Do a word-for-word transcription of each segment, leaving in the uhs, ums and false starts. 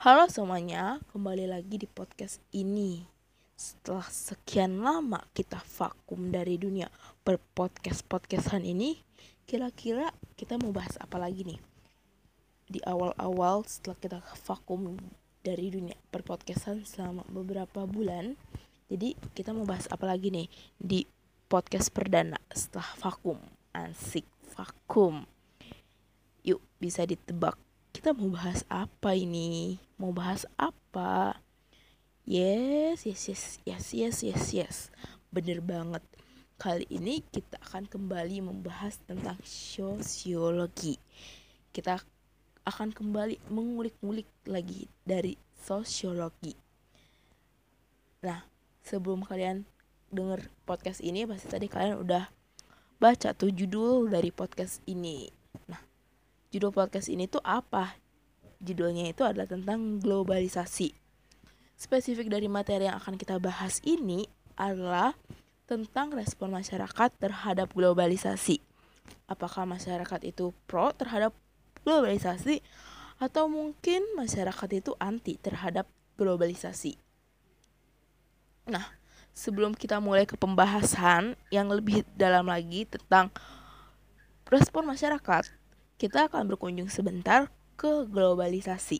Halo semuanya, kembali lagi di podcast ini. Setelah sekian lama kita vakum dari dunia berpodcast-podcastan ini, kira-kira kita mau bahas apa lagi nih? Di awal-awal setelah kita vakum dari dunia berpodcastan selama beberapa bulan, jadi kita mau bahas apa lagi nih di podcast perdana setelah vakum. Asik, vakum. Yuk, bisa ditebak kita mau bahas apa ini? Mau bahas apa? Yes, yes, yes, yes, yes, yes, yes. Bener banget. Kali ini kita akan kembali membahas tentang sosiologi. Kita akan kembali mengulik-ngulik lagi dari sosiologi. Nah, sebelum kalian denger podcast ini, pasti tadi kalian udah baca tuh judul dari podcast ini. Nah, judul podcast ini tuh apa? Judulnya itu adalah tentang globalisasi. Spesifik dari materi yang akan kita bahas ini adalah tentang respon masyarakat terhadap globalisasi. Apakah masyarakat itu pro terhadap globalisasi atau mungkin masyarakat itu anti terhadap globalisasi. Nah, sebelum kita mulai ke pembahasan yang lebih dalam lagi tentang respon masyarakat, kita akan berkunjung sebentar ke globalisasi.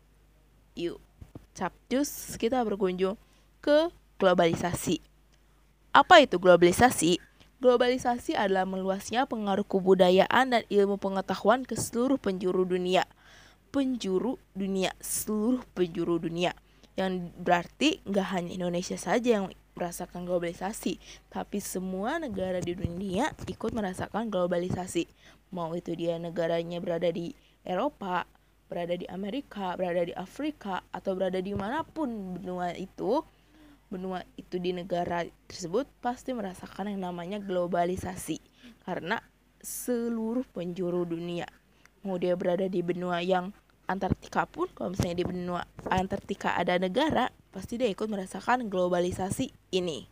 Yuk, capcus kita berkunjung ke globalisasi. Apa itu globalisasi? Globalisasi adalah meluasnya pengaruh kebudayaan dan ilmu pengetahuan ke seluruh penjuru dunia. Penjuru dunia, seluruh penjuru dunia. Yang berarti gak hanya Indonesia saja yang merasakan globalisasi, tapi semua negara di dunia ikut merasakan globalisasi. Mau itu dia negaranya berada di Eropa, berada di Amerika, berada di Afrika, atau berada di manapun benua itu, benua itu di negara tersebut pasti merasakan yang namanya globalisasi. Karena seluruh penjuru dunia, mau dia berada di benua yang Antartika pun, kalau misalnya di benua Antartika ada negara, pasti dia ikut merasakan globalisasi ini.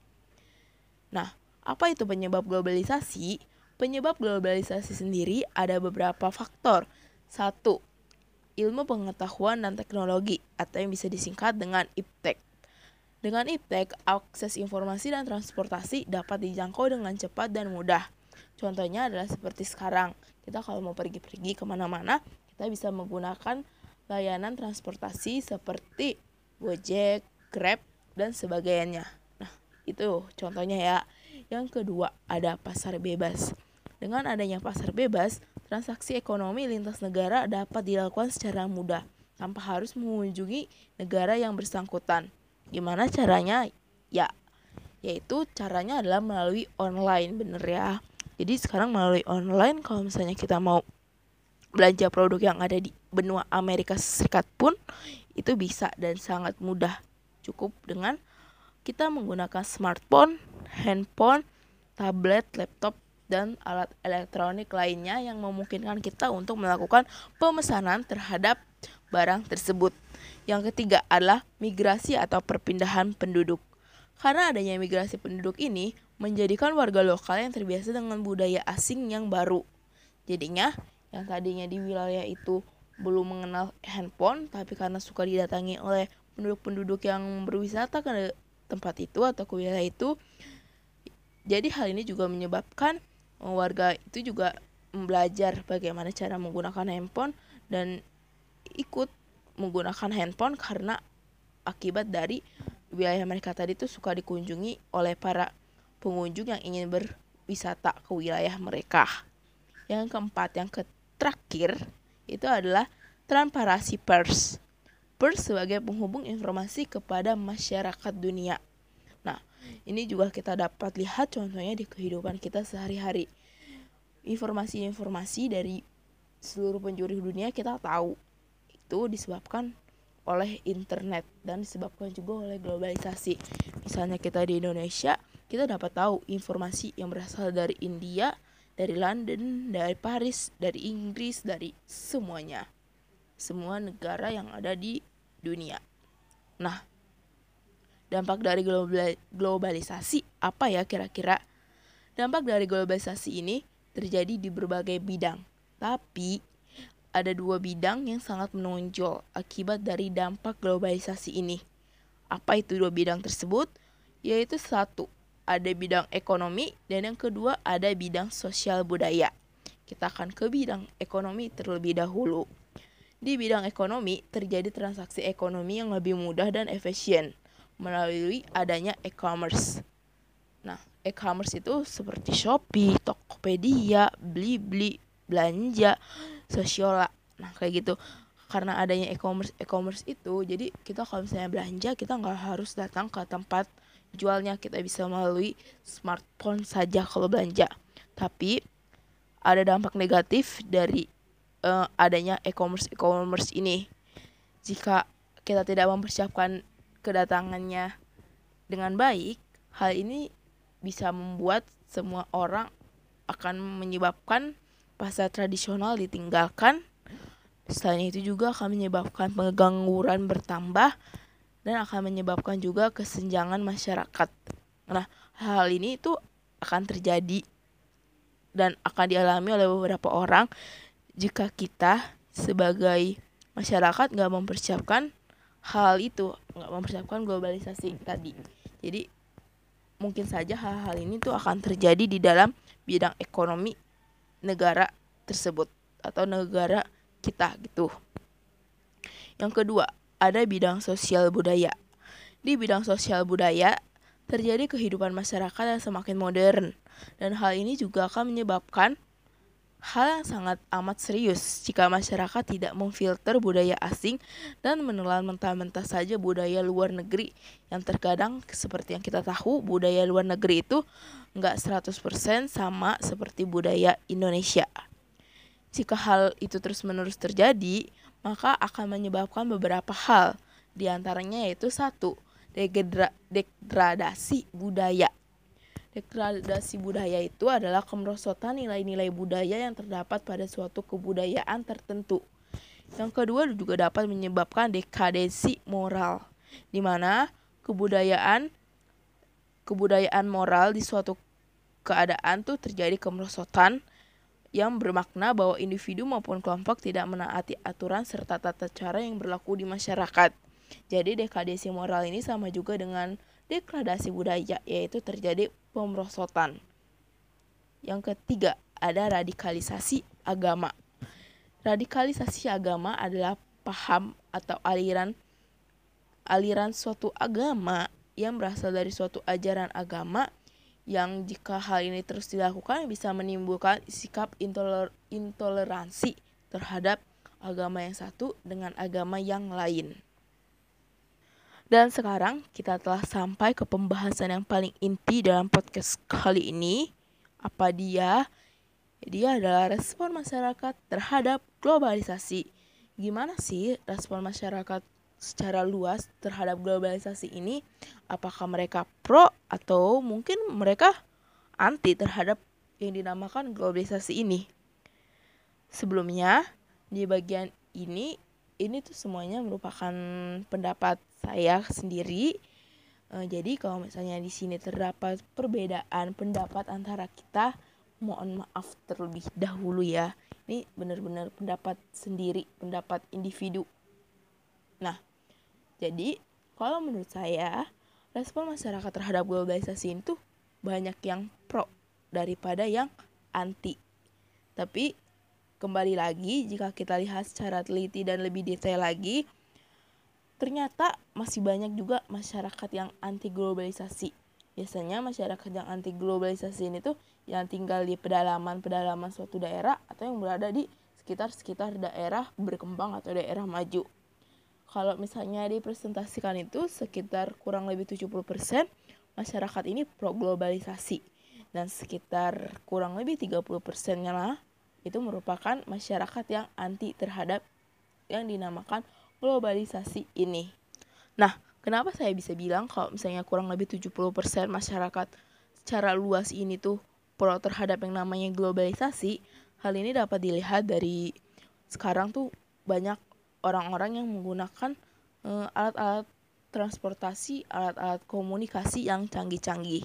Nah, apa itu penyebab globalisasi? Penyebab globalisasi sendiri ada beberapa faktor. Satu, ilmu pengetahuan dan teknologi atau yang bisa disingkat dengan I P T E K. Dengan I P T E K, akses informasi dan transportasi dapat dijangkau dengan cepat dan mudah. Contohnya adalah seperti sekarang, kita kalau mau pergi-pergi kemana-mana, kita bisa menggunakan layanan transportasi seperti Gojek, Grab, dan sebagainya. Nah, itu contohnya ya. Yang kedua, ada pasar bebas. Dengan adanya pasar bebas, transaksi ekonomi lintas negara dapat dilakukan secara mudah tanpa harus mengunjungi negara yang bersangkutan. Gimana caranya? Ya, yaitu caranya adalah melalui online, bener ya. Jadi sekarang melalui online, kalau misalnya kita mau belanja produk yang ada di benua Amerika Serikat pun, itu bisa dan sangat mudah. Cukup dengan kita menggunakan smartphone, handphone, tablet, laptop, dan alat elektronik lainnya yang memungkinkan kita untuk melakukan pemesanan terhadap barang tersebut. Yang ketiga adalah migrasi atau perpindahan penduduk. Karena adanya migrasi penduduk ini menjadikan warga lokal yang terbiasa dengan budaya asing yang baru. Jadinya yang tadinya di wilayah itu belum mengenal handphone, tapi karena suka didatangi oleh penduduk-penduduk yang berwisata ke tempat itu atau ke wilayah itu, jadi hal ini juga menyebabkan warga itu juga belajar bagaimana cara menggunakan handphone dan ikut menggunakan handphone karena akibat dari wilayah mereka tadi tuh suka dikunjungi oleh para pengunjung yang ingin berwisata ke wilayah mereka. Yang keempat, yang terakhir itu adalah transparansi pers. Pers sebagai penghubung informasi kepada masyarakat dunia. Nah, ini juga kita dapat lihat contohnya di kehidupan kita sehari-hari. Informasi-informasi dari seluruh penjuru dunia kita tahu. Itu disebabkan oleh internet dan disebabkan juga oleh globalisasi. Misalnya kita di Indonesia, kita dapat tahu informasi yang berasal dari India, dari London, dari Paris, dari Inggris, dari semuanya. Semua negara yang ada di dunia. Nah, dampak dari globalisasi apa ya kira-kira? Dampak dari globalisasi ini terjadi di berbagai bidang. Tapi ada dua bidang yang sangat menonjol akibat dari dampak globalisasi ini. Apa itu dua bidang tersebut? Yaitu satu, ada bidang ekonomi, dan yang kedua ada bidang sosial budaya. Kita akan ke bidang ekonomi terlebih dahulu. Di bidang ekonomi, terjadi transaksi ekonomi yang lebih mudah dan efisien melalui adanya e-commerce. Nah, e-commerce itu seperti Shopee, Tokopedia, Blibli, belanja, Sosiola. Nah, kayak gitu. Karena adanya e-commerce e-commerce itu, jadi kita kalau misalnya belanja, kita nggak harus datang ke tempat jualnya, kita bisa melalui smartphone saja kalau belanja. Tapi ada dampak negatif dari uh, adanya e-commerce e-commerce ini. Jika kita tidak mempersiapkan kedatangannya dengan baik, hal ini bisa membuat semua orang akan menyebabkan pasar tradisional ditinggalkan. Selain itu juga akan menyebabkan pengangguran bertambah dan akan menyebabkan juga kesenjangan masyarakat. Nah, hal ini itu akan terjadi dan akan dialami oleh beberapa orang jika kita sebagai masyarakat nggak mempersiapkan hal itu, nggak mempersiapkan globalisasi tadi. Jadi mungkin saja hal-hal ini tuh akan terjadi di dalam bidang ekonomi negara tersebut atau negara kita gitu. Yang kedua, ada bidang sosial budaya. Di bidang sosial budaya, terjadi kehidupan masyarakat yang semakin modern, dan hal ini juga akan menyebabkan hal yang sangat amat serius jika masyarakat tidak memfilter budaya asing dan menelan mentah-mentah saja budaya luar negeri, yang terkadang seperti yang kita tahu, budaya luar negeri itu nggak seratus persen sama seperti budaya Indonesia. Jika hal itu terus-menerus terjadi, maka akan menyebabkan beberapa hal. Di antaranya yaitu satu, degra- degradasi budaya. Degradasi budaya itu adalah kemerosotan nilai-nilai budaya yang terdapat pada suatu kebudayaan tertentu. Yang kedua juga dapat menyebabkan dekadensi moral, di mana kebudayaan kebudayaan moral di suatu keadaan tuh terjadi kemerosotan yang bermakna bahwa individu maupun kelompok tidak menaati aturan serta tata cara yang berlaku di masyarakat. Jadi dekadensi moral ini sama juga dengan degradasi budaya, yaitu terjadi pemerosotan. Yang ketiga, ada radikalisasi agama. Radikalisasi agama adalah paham atau aliran aliran suatu agama yang berasal dari suatu ajaran agama yang jika hal ini terus dilakukan bisa menimbulkan sikap intoler- intoleransi terhadap agama yang satu dengan agama yang lain. Dan sekarang kita telah sampai ke pembahasan yang paling inti dalam podcast kali ini. Apa dia? Dia adalah respon masyarakat terhadap globalisasi. Gimana sih respon masyarakat secara luas terhadap globalisasi ini? Apakah mereka pro atau mungkin mereka anti terhadap yang dinamakan globalisasi ini? Sebelumnya, di bagian ini, ini tuh semuanya merupakan pendapat saya sendiri. E, jadi kalau misalnya di sini terdapat perbedaan pendapat antara kita, mohon maaf terlebih dahulu ya. Ini benar-benar pendapat sendiri, pendapat individu. Nah, jadi kalau menurut saya, respon masyarakat terhadap globalisasi itu banyak yang pro daripada yang anti. Tapi kembali lagi, jika kita lihat secara teliti dan lebih detail lagi, ternyata masih banyak juga masyarakat yang anti globalisasi. Biasanya masyarakat yang anti globalisasi ini tuh yang tinggal di pedalaman-pedalaman suatu daerah atau yang berada di sekitar-sekitar daerah berkembang atau daerah maju. Kalau misalnya dipresentasikan itu sekitar kurang lebih tujuh puluh persen masyarakat ini pro globalisasi, dan sekitar kurang lebih tiga puluh persen-nya lah itu merupakan masyarakat yang anti terhadap yang dinamakan globalisasi ini. Nah, kenapa saya bisa bilang kalau misalnya kurang lebih tujuh puluh persen masyarakat secara luas ini tuh pro terhadap yang namanya globalisasi? Hal ini dapat dilihat dari sekarang tuh banyak orang-orang yang menggunakan uh, alat-alat transportasi, alat-alat komunikasi yang canggih-canggih.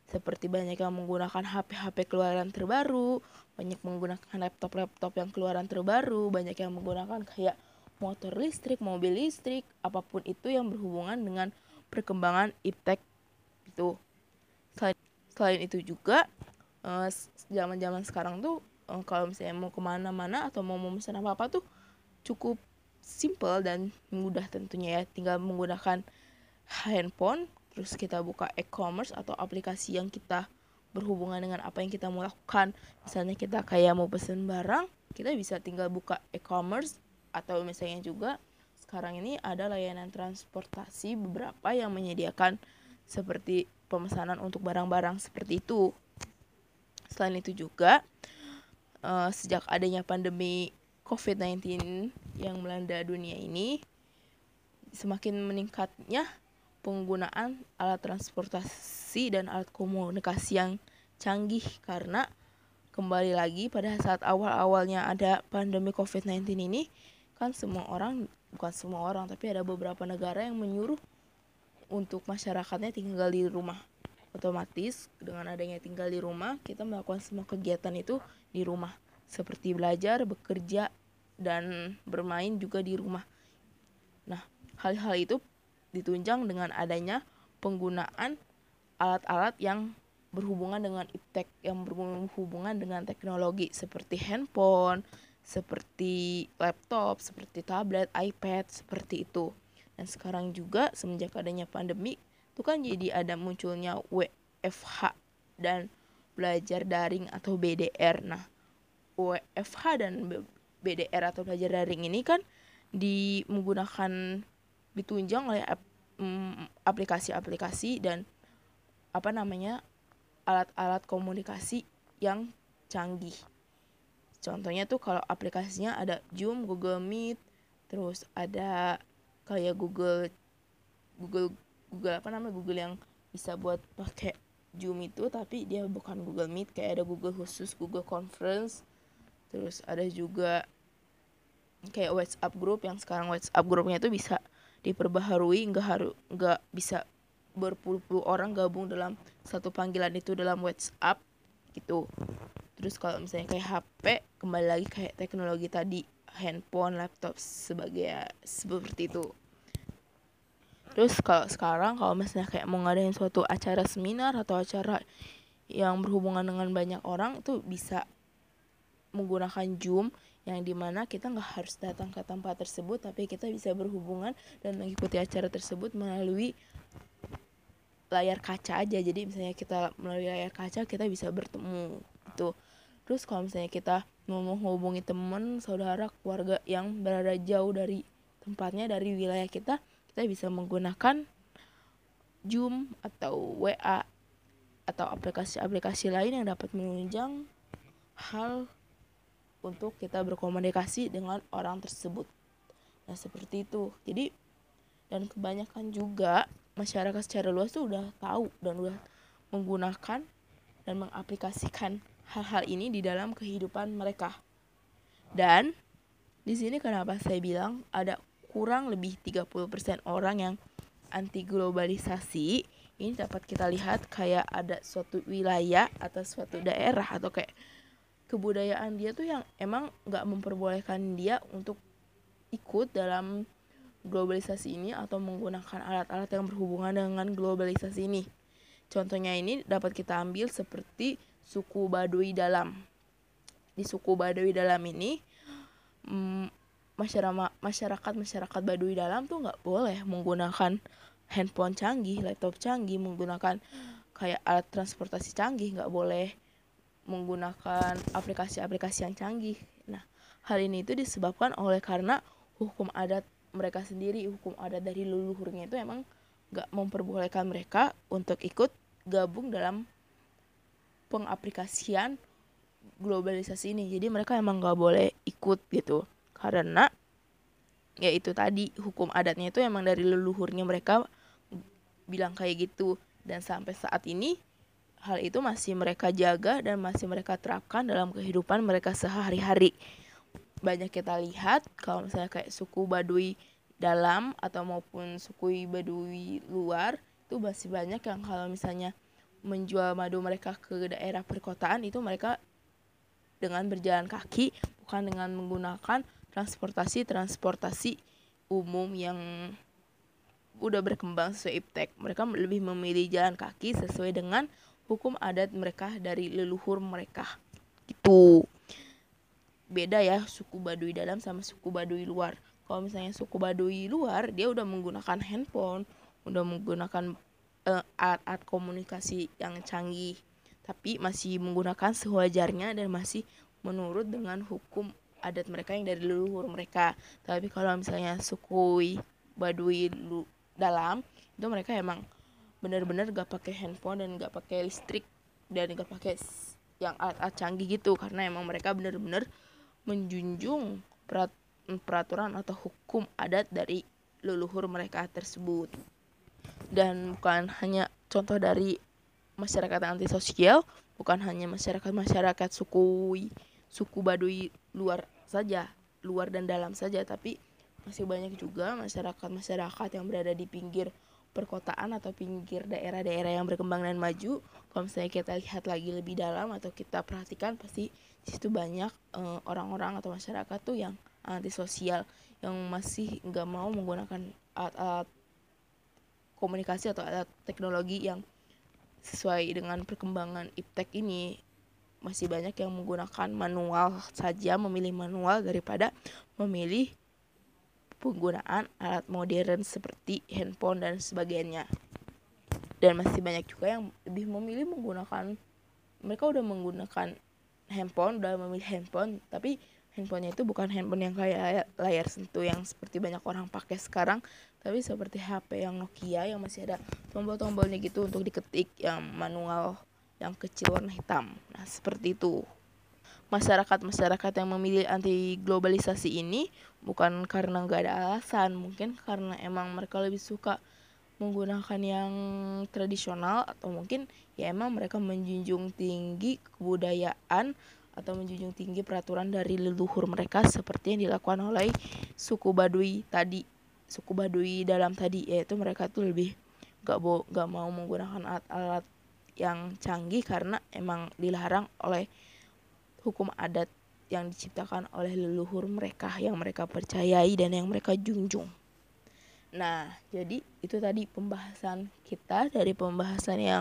seperti banyak yang menggunakan H P-H P keluaran terbaru, banyak menggunakan laptop-laptop yang keluaran terbaru, banyak yang menggunakan kayak motor listrik, mobil listrik, apapun itu yang berhubungan dengan perkembangan iptek itu. Selain, selain itu juga eh, zaman-zaman sekarang tuh eh, kalau misalnya mau kemana-mana atau mau memesan apa-apa tuh cukup simple dan mudah tentunya ya, tinggal menggunakan handphone, terus kita buka e-commerce atau aplikasi yang kita berhubungan dengan apa yang kita mau lakukan. Misalnya kita kayak mau pesen barang, kita bisa tinggal buka e-commerce, atau misalnya juga sekarang ini ada layanan transportasi beberapa yang menyediakan seperti pemesanan untuk barang-barang seperti itu. Selain itu juga uh, sejak adanya pandemi covid sembilan belas yang melanda dunia ini, semakin meningkatnya penggunaan alat transportasi dan alat komunikasi yang canggih, karena kembali lagi pada saat awal-awalnya ada pandemi covid sembilan belas ini kan semua orang, bukan semua orang tapi ada beberapa negara yang menyuruh untuk masyarakatnya tinggal di rumah. Otomatis dengan adanya tinggal di rumah, kita melakukan semua kegiatan itu di rumah, seperti belajar, bekerja, dan bermain juga di rumah. Nah, hal-hal itu ditunjang dengan adanya penggunaan alat-alat yang berhubungan dengan iptek, yang berhubungan dengan teknologi seperti handphone, seperti laptop, seperti tablet, iPad, seperti itu. Dan sekarang juga semenjak adanya pandemi itu kan jadi ada munculnya W F H dan belajar daring atau B D R. Nah, W F H dan B D R atau belajar daring ini kan di menggunakan ditunjang oleh ap, mm, aplikasi-aplikasi dan apa namanya alat-alat komunikasi yang canggih. Contohnya tuh kalau aplikasinya ada Zoom, Google Meet, terus ada kayak Google Google Google apa namanya Google yang bisa buat pakai Zoom itu, tapi dia bukan Google Meet, kayak ada Google khusus, Google Conference. Terus ada juga kayak WhatsApp group, yang sekarang WhatsApp grupnya itu bisa diperbaharui, nggak harus nggak bisa berpuluh-puluh orang gabung dalam satu panggilan itu dalam WhatsApp gitu. Terus kalau misalnya kayak H P, kembali lagi kayak teknologi tadi, handphone, laptop sebagai seperti itu. Terus kalau sekarang kalau misalnya kayak mau ngadain suatu acara seminar atau acara yang berhubungan dengan banyak orang, itu bisa menggunakan Zoom, yang dimana kita nggak harus datang ke tempat tersebut, tapi kita bisa berhubungan dan mengikuti acara tersebut melalui layar kaca aja. Jadi misalnya kita melalui layar kaca kita bisa bertemu gitu. Terus kalau misalnya kita mau menghubungi teman, saudara, keluarga yang berada jauh dari tempatnya, dari wilayah kita, kita bisa menggunakan Zoom atau W A atau aplikasi-aplikasi lain yang dapat menunjang hal untuk kita berkomunikasi dengan orang tersebut. Nah, seperti itu. Jadi, dan kebanyakan juga masyarakat secara luas tuh udah tahu dan udah menggunakan dan mengaplikasikan hal-hal ini di dalam kehidupan mereka. Dan di sini kenapa saya bilang ada kurang lebih tiga puluh persen orang yang anti globalisasi. Ini dapat kita lihat kayak ada suatu wilayah atau suatu daerah atau kayak kebudayaan dia tuh yang emang gak memperbolehkan dia untuk ikut dalam globalisasi ini atau menggunakan alat-alat yang berhubungan dengan globalisasi ini. Contohnya ini dapat kita ambil seperti suku Baduy Dalam. Di suku Baduy Dalam ini mm, masyarakat masyarakat masyarakat Baduy Dalam tuh nggak boleh menggunakan handphone canggih, laptop canggih, menggunakan kayak alat transportasi canggih, nggak boleh menggunakan aplikasi-aplikasi yang canggih. Nah, hal ini itu disebabkan oleh karena hukum adat mereka sendiri, hukum adat dari leluhurnya itu emang nggak memperbolehkan mereka untuk ikut gabung dalam pengaplikasian globalisasi ini. Jadi mereka emang nggak boleh ikut gitu, karena ya itu tadi hukum adatnya itu emang dari leluhurnya mereka bilang kayak gitu. Dan sampai saat ini hal itu masih mereka jaga dan masih mereka terapkan dalam kehidupan mereka sehari-hari. Banyak kita lihat kalau misalnya kayak suku Baduy Dalam atau maupun suku Baduy luar itu masih banyak yang kalau misalnya menjual madu mereka ke daerah perkotaan itu mereka dengan berjalan kaki, bukan dengan menggunakan transportasi-transportasi umum yang udah berkembang sesuai iptek. Mereka lebih memilih jalan kaki sesuai dengan hukum adat mereka dari leluhur mereka. Gitu. Beda ya suku Baduy dalam sama suku Baduy luar. Kalau misalnya suku Baduy luar, dia udah menggunakan handphone, udah menggunakan uh, alat-alat komunikasi yang canggih, tapi masih menggunakan sewajarnya dan masih menurut dengan hukum adat mereka yang dari leluhur mereka. Tapi kalau misalnya suku Baduy lu, dalam itu mereka emang benar-benar gak pakai handphone dan gak pakai listrik dan gak pakai yang alat-alat canggih gitu, karena emang mereka benar-benar menjunjung perat, peraturan atau hukum adat dari leluhur mereka tersebut. Dan bukan hanya contoh dari masyarakat antisosial, bukan hanya masyarakat-masyarakat suku suku Baduy luar saja, luar dan dalam saja, tapi masih banyak juga masyarakat-masyarakat yang berada di pinggir perkotaan atau pinggir daerah-daerah yang berkembang dan maju. Kalau misalnya kita lihat lagi lebih dalam atau kita perhatikan, pasti di situ banyak uh, orang-orang atau masyarakat tuh yang antisosial, yang masih nggak mau menggunakan alat-alat komunikasi atau alat teknologi yang sesuai dengan perkembangan iptek ini. Masih banyak yang menggunakan manual saja, memilih manual daripada memilih penggunaan alat modern seperti handphone dan sebagainya. Dan masih banyak juga yang lebih memilih menggunakan, mereka udah menggunakan handphone, udah memilih handphone, tapi handphonenya itu bukan handphone yang kayak layar sentuh yang seperti banyak orang pakai sekarang, tapi seperti H P yang Nokia yang masih ada tombol-tombolnya gitu untuk diketik, yang manual, yang kecil warna hitam. Nah, seperti itu. Masyarakat-masyarakat yang memilih anti globalisasi ini bukan karena gak ada alasan, mungkin karena emang mereka lebih suka menggunakan yang tradisional, atau mungkin ya emang mereka menjunjung tinggi kebudayaan atau menjunjung tinggi peraturan dari leluhur mereka seperti yang dilakukan oleh suku Baduy tadi, suku Baduy dalam tadi, yaitu mereka tuh lebih gak, bo- gak mau menggunakan alat-alat yang canggih karena emang dilarang oleh hukum adat yang diciptakan oleh leluhur mereka yang mereka percayai dan yang mereka junjung. Nah, jadi itu tadi pembahasan kita, dari pembahasan yang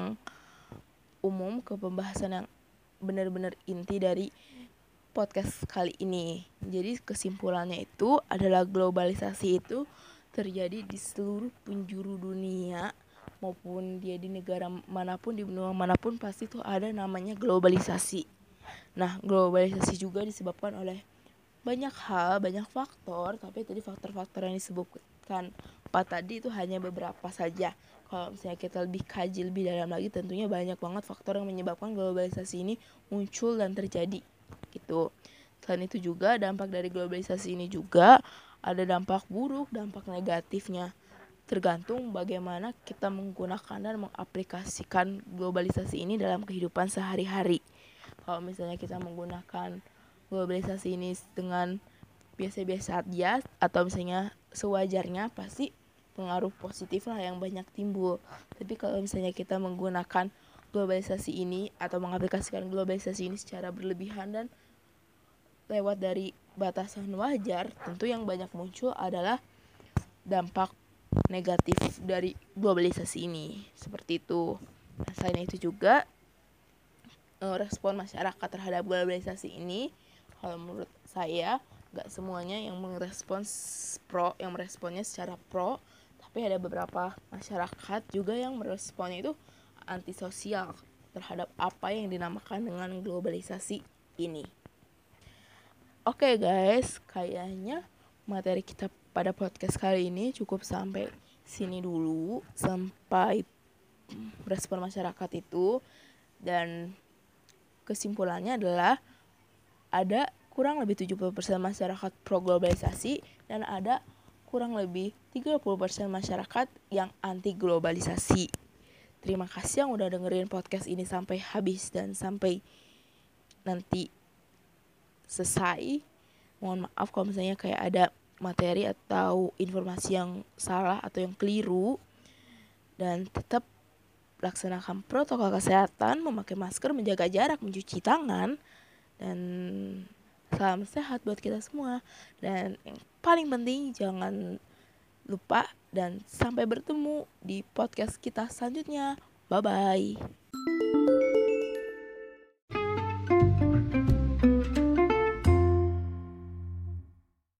umum ke pembahasan yang benar-benar inti dari podcast kali ini. Jadi kesimpulannya itu adalah globalisasi itu terjadi di seluruh penjuru dunia, maupun dia di negara manapun, di benua manapun, pasti tuh ada namanya globalisasi. Nah, globalisasi juga disebabkan oleh banyak hal, banyak faktor, tapi tadi faktor-faktor yang disebutkan empat tadi itu hanya beberapa saja. Kalau misalnya kita lebih kaji lebih dalam lagi, tentunya banyak banget faktor yang menyebabkan globalisasi ini muncul dan terjadi gitu. Selain itu juga dampak dari globalisasi ini juga ada dampak buruk, dampak negatifnya. Tergantung bagaimana kita menggunakan dan mengaplikasikan globalisasi ini dalam kehidupan sehari-hari. Kalau misalnya kita menggunakan globalisasi ini dengan biasa-biasa aja atau misalnya sewajarnya, pasti pengaruh positif lah yang banyak timbul. Tapi kalau misalnya kita menggunakan globalisasi ini atau mengaplikasikan globalisasi ini secara berlebihan dan lewat dari batasan wajar, tentu yang banyak muncul adalah dampak negatif dari globalisasi ini. Seperti itu. Nah, selain itu juga respon masyarakat terhadap globalisasi ini, kalau menurut saya gak semuanya yang merespons pro, yang meresponnya secara pro, tapi ada beberapa masyarakat juga yang meresponnya itu antisosial terhadap apa yang dinamakan dengan globalisasi ini. Oke okay guys, kayaknya materi kita pada podcast kali ini cukup sampai sini dulu, sampai respon masyarakat itu. Dan kesimpulannya adalah ada kurang lebih tujuh puluh persen masyarakat pro globalisasi dan ada kurang lebih tiga puluh persen masyarakat yang anti globalisasi. Terima kasih yang udah dengerin podcast ini sampai habis dan sampai nanti selesai. Mohon maaf kalau misalnya kayak ada materi atau informasi yang salah atau yang keliru, dan tetap laksanakan protokol kesehatan, memakai masker, menjaga jarak, mencuci tangan, dan salam sehat buat kita semua. Dan yang paling penting jangan lupa dan sampai bertemu di podcast kita selanjutnya. Bye bye.